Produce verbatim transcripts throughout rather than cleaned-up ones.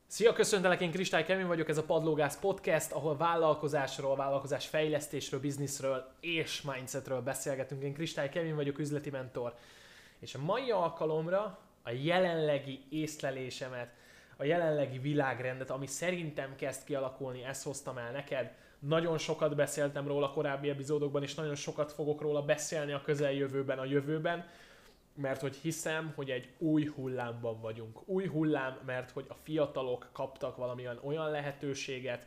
Szia, köszöntelek, én Kristály Kevin vagyok, ez a Padlógász Podcast, ahol vállalkozásról, vállalkozás fejlesztésről, bizniszről és mindsetről beszélgetünk. Én Kristály Kevin vagyok, üzleti mentor, és a mai alkalomra a jelenlegi észlelésemet, a jelenlegi világrendet, ami szerintem kezd kialakulni, ezt hoztam el neked. Nagyon sokat beszéltem róla korábbi epizódokban, és nagyon sokat fogok róla beszélni a közeljövőben, a jövőben, mert hogy hiszem, hogy egy új hullámban vagyunk. Új hullám, mert hogy a fiatalok kaptak valamilyen olyan lehetőséget,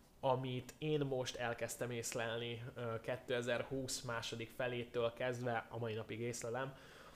amit én most elkezdtem észlelni kétezer-húsz második felétől kezdve, a mai napig észlelem,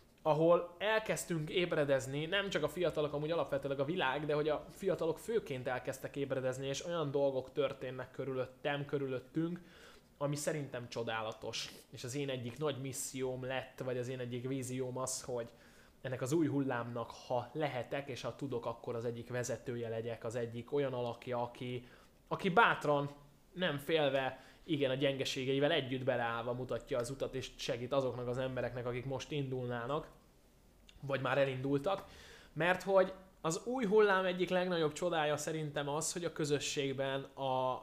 ahol elkezdtünk ébredezni, nem csak a fiatalok, amúgy alapvetőleg a világ, de hogy a fiatalok főként elkezdtek ébredezni, és olyan dolgok történnek körülöttem, körülöttünk, ami szerintem csodálatos. És az én egyik nagy misszióm lett, vagy az én egyik vízióm az, hogy ennek az új hullámnak, ha lehetek, és ha tudok, akkor az egyik vezetője legyek, az egyik olyan alakja, aki, aki bátran, nem félve, igen, a gyengeségeivel együtt beleállva mutatja az utat, és segít azoknak az embereknek, akik most indulnának, vagy már elindultak, mert hogy az új hullám egyik legnagyobb csodája szerintem az, hogy a közösségben, a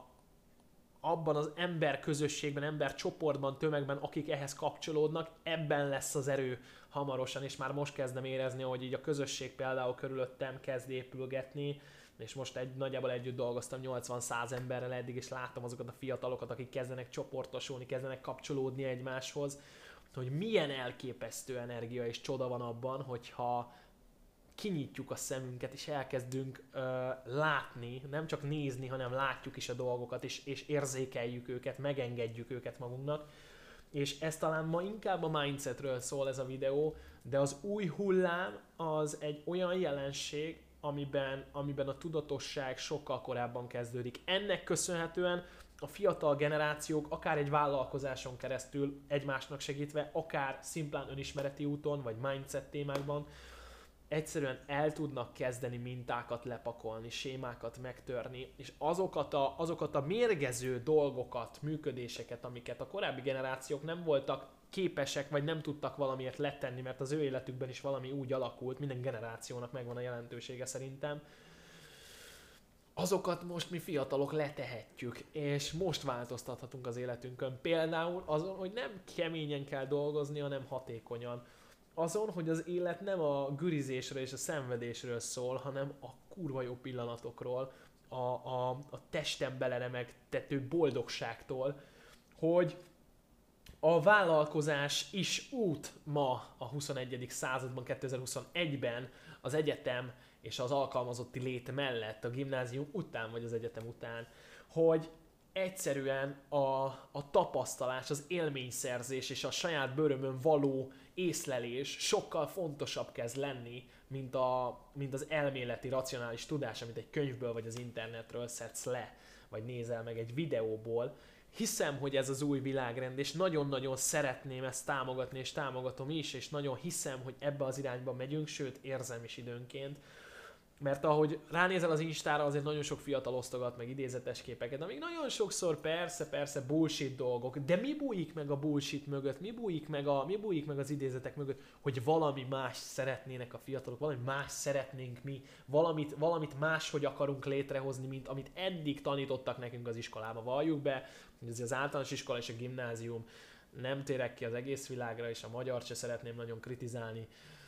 abban az ember közösségben, ember csoportban, tömegben, akik ehhez kapcsolódnak, ebben lesz az erő hamarosan, és már most kezdem érezni, hogy így a közösség például körülöttem kezd épülgetni, és most egy, nagyjából együtt dolgoztam nyolcvan-száz emberrel eddig, és láttam azokat a fiatalokat, akik kezdenek csoportosulni, kezdenek kapcsolódni egymáshoz, hogy milyen elképesztő energia és csoda van abban, hogyha kinyitjuk a szemünket, és elkezdünk ö, látni, nem csak nézni, hanem látjuk is a dolgokat, és, és érzékeljük őket, megengedjük őket magunknak. És ez talán ma inkább a mindsetről szól ez a videó, de az új hullám az egy olyan jelenség, amiben, amiben a tudatosság sokkal korábban kezdődik. Ennek köszönhetően a fiatal generációk akár egy vállalkozáson keresztül egymásnak segítve, akár szimplán önismereti úton, vagy mindset témákban, egyszerűen el tudnak kezdeni mintákat lepakolni, sémákat megtörni, és azokat a, azokat a mérgező dolgokat, működéseket, amiket a korábbi generációk nem voltak képesek, vagy nem tudtak valamiért letenni, mert az ő életükben is valami úgy alakult, minden generációnak megvan a jelentősége szerintem, azokat most mi fiatalok letehetjük, és most változtathatunk az életünkön. Például azon, hogy nem keményen kell dolgozni, hanem hatékonyan. Azon, hogy az élet nem a gürizésről és a szenvedésről szól, hanem a kurva jó pillanatokról, a, a, a testen beleremegtető boldogságtól, hogy a vállalkozás is út ma a huszonegyedik században, kétezer-huszonegyben az egyetem és az alkalmazotti lét mellett, a gimnázium után vagy az egyetem után, hogy egyszerűen a, a tapasztalás, az élményszerzés és a saját bőrömön való észlelés sokkal fontosabb kezd lenni, mint, a, mint az elméleti, racionális tudás, amit egy könyvből vagy az internetről szedsz le, vagy nézel meg egy videóból. Hiszem, hogy ez az új világrend, és nagyon-nagyon szeretném ezt támogatni, és támogatom is, és nagyon hiszem, hogy ebbe az irányba megyünk, sőt érzem is időnként. Mert ahogy ránézel az Instára, azért nagyon sok fiatal osztogat meg idézetes képeket, amik nagyon sokszor persze, persze bullshit dolgok, de mi bújik meg a bullshit mögött, mi bújik meg, a, mi bújik meg az idézetek mögött, hogy valami más szeretnének a fiatalok, valami más szeretnénk mi, valamit, valamit máshogy akarunk létrehozni, mint amit eddig tanítottak nekünk az iskolába. Valljuk be, hogy ez az általános iskola és a gimnázium, nem térek ki az egész világra, és a magyart se szeretném nagyon kritizálni,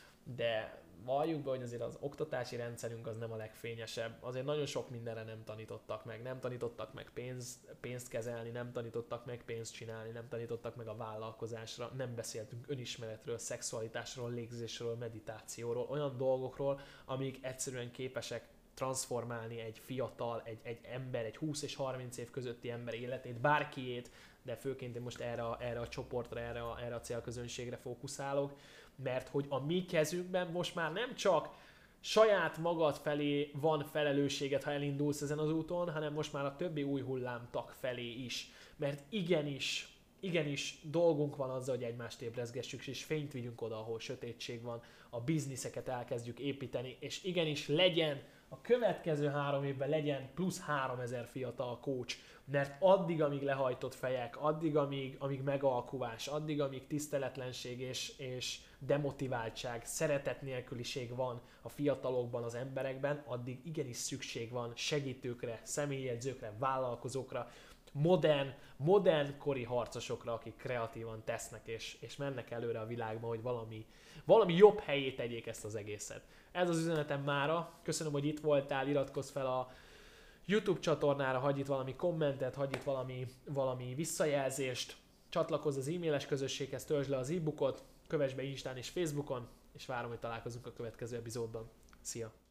de valljuk be, hogy azért az oktatási rendszerünk az nem a legfényesebb. Azért nagyon sok mindenre nem tanítottak meg. Nem tanítottak meg pénz, pénzt kezelni, nem tanítottak meg pénzt csinálni, nem tanítottak meg a vállalkozásra, nem beszéltünk önismeretről, szexualitásról, légzésről, meditációról, olyan dolgokról, amik egyszerűen képesek transformálni egy fiatal, egy, egy ember, egy húsz és harminc év közötti ember életét, bárkiét, de főként én most erre a, erre a csoportra, erre a, erre a célközönségre fókuszálok, mert hogy a mi kezünkben most már nem csak saját magad felé van felelősséged, ha elindulsz ezen az úton, hanem most már a többi új hullám tag felé is. Mert igenis, igenis dolgunk van azzal, hogy egymást ébrezgessük, és fényt vigyünk oda, ahol sötétség van, a bizniszeket elkezdjük építeni, és igenis legyen a következő három évben legyen plusz háromezer fiatal coach, mert addig, amíg lehajtott fejek, addig, amíg, amíg megalkuvás, addig, amíg tiszteletlenség és, és demotiváltság, szeretet nélküliség van a fiatalokban, az emberekben, addig igenis szükség van segítőkre, személyjegyzőkre, vállalkozókra, modern, modern kori harcosokra, akik kreatívan tesznek és, és mennek előre a világban, hogy valami, valami jobb helyé tegyék ezt az egészet. Ez az üzenetem mára. Köszönöm, hogy itt voltál, iratkozz fel a YouTube csatornára, hagyj itt valami kommentet, hagyj itt valami, valami visszajelzést, csatlakozz az e-mailes közösséghez, töltsd le az e-bookot, kövess be Instán és Facebookon, és várom, hogy találkozunk a következő epizódban. Szia!